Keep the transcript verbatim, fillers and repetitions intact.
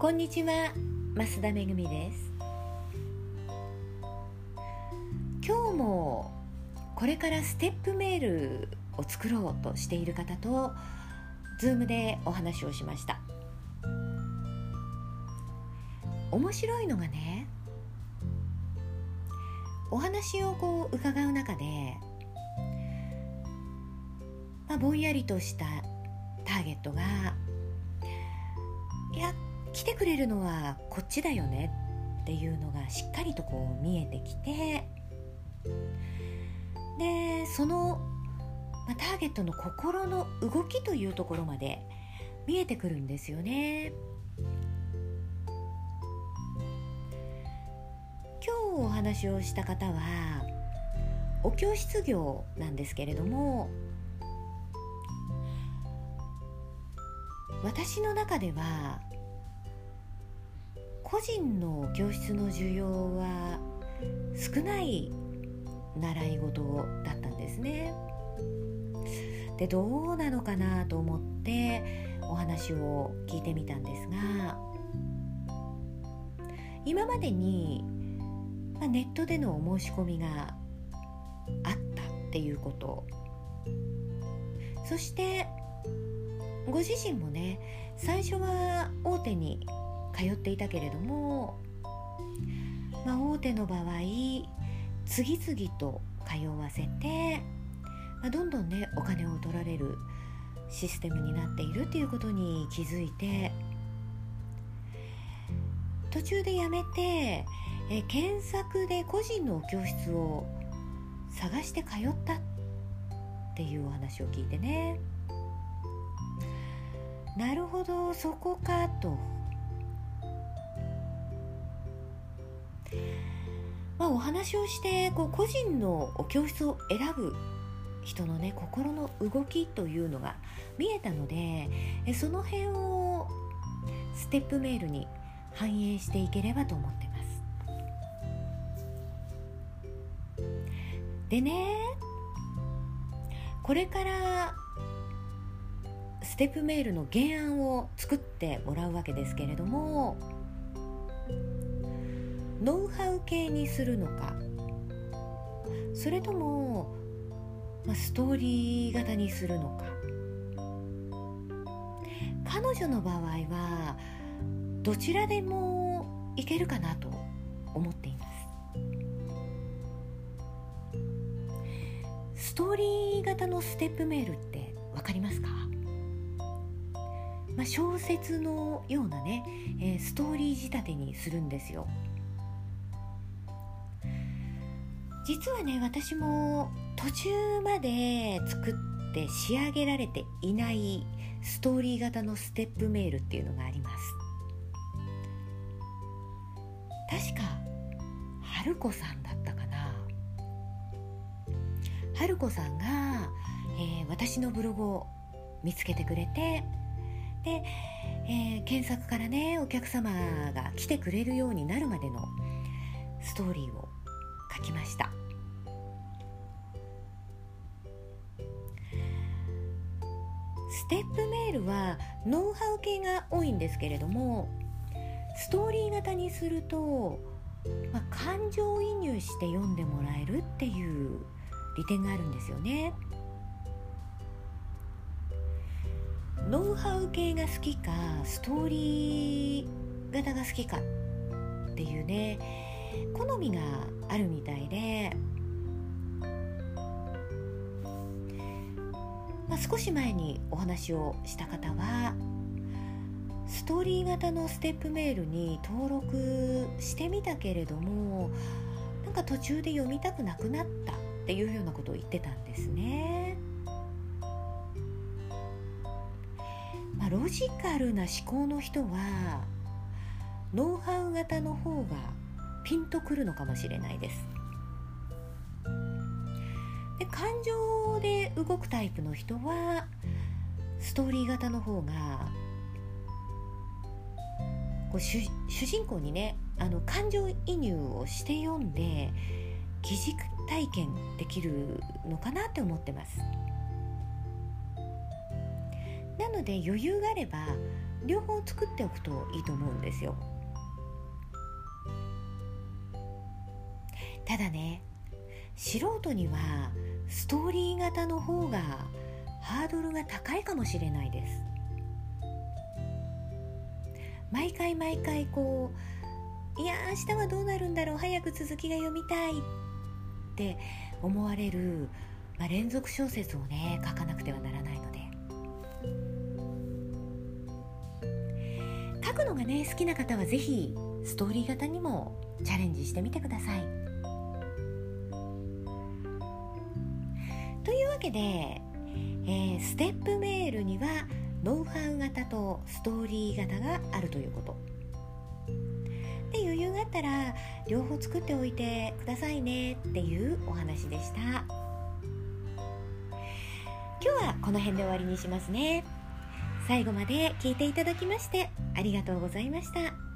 こんにちは、増田めぐみです。今日もこれからステップメールを作ろうとしている方とズームでお話をしました。面白いのがね、お話をこう伺う中で、まあ、ぼんやりとしたターゲットがいや来てくれるのはこっちだよねっていうのがしっかりとこう見えてきて、でその、まあ、ターゲットの心の動きというところまで見えてくるんですよね。今日お話をした方はお教室業なんですけれども、私の中では個人の教室の需要は少ない習い事だったんですね。で、どうなのかなと思ってお話を聞いてみたんですが、今までに、まあ、ネットでのお申し込みがあったっていうこと、そしてご自身もね、最初は大手に通っていたけれども、まあ、大手の場合次々と通わせて、まあ、どんどんねお金を取られるシステムになっているということに気づいて、途中でやめてえ検索で個人の教室を探して通ったっていうお話を聞いてね、なるほどそこかと、まあ、お話をしてこう個人の教室を選ぶ人のね心の動きというのが見えたので、えその辺をステップメールに反映していければと思ってます。でね、これからステップメールの原案を作ってもらうわけですけれども、ノウハウ系にするのか、それとも、まあ、ストーリー型にするのか。彼女の場合はどちらでもいけるかなと思っています。ストーリー型のステップメールってわかりますか？まあ、小説のようなね、えー、ストーリー仕立てにするんですよ。実はね、私も途中まで作って仕上げられていないストーリー型のステップメールっていうのがあります。確か春子さんだったかな。春子さんが、えー、私のブログを見つけてくれて、で、えー、検索からねお客様が来てくれるようになるまでのストーリーを書きました。ステップメールはノウハウ系が多いんですけれども、ストーリー型にすると、まあ、感情移入して読んでもらえるっていう利点があるんですよね。ノウハウ系が好きかストーリー型が好きかっていうね好みがあるみたいで、まあ、少し前にお話をした方はストーリー型のステップメールに登録してみたけれども、なんか途中で読みたくなくなったっていうようなことを言ってたんですね。まあ、ロジカルな思考の人はノウハウ型の方がピンとくるのかもしれないです。で、感情で動くタイプの人はストーリー型の方がこう 主, 主人公にねあの感情移入をして読んで疑似体験できるのかなって思ってます。なので余裕があれば両方作っておくといいと思うんですよ。ただね、素人にはストーリー型の方がハードルが高いかもしれないです。毎回毎回こう、いや明日はどうなるんだろう、早く続きが読みたいって思われる、まあ、連続小説をね書かなくてはならないので、書くのがね好きな方はぜひストーリー型にもチャレンジしてみてください。というわけで、えー、ステップメールにはノウハウ型とストーリー型があるということで、余裕があったら両方作っておいてくださいねっていうお話でした。今日はこの辺で終わりにしますね。最後まで聞いていただきましてありがとうございました。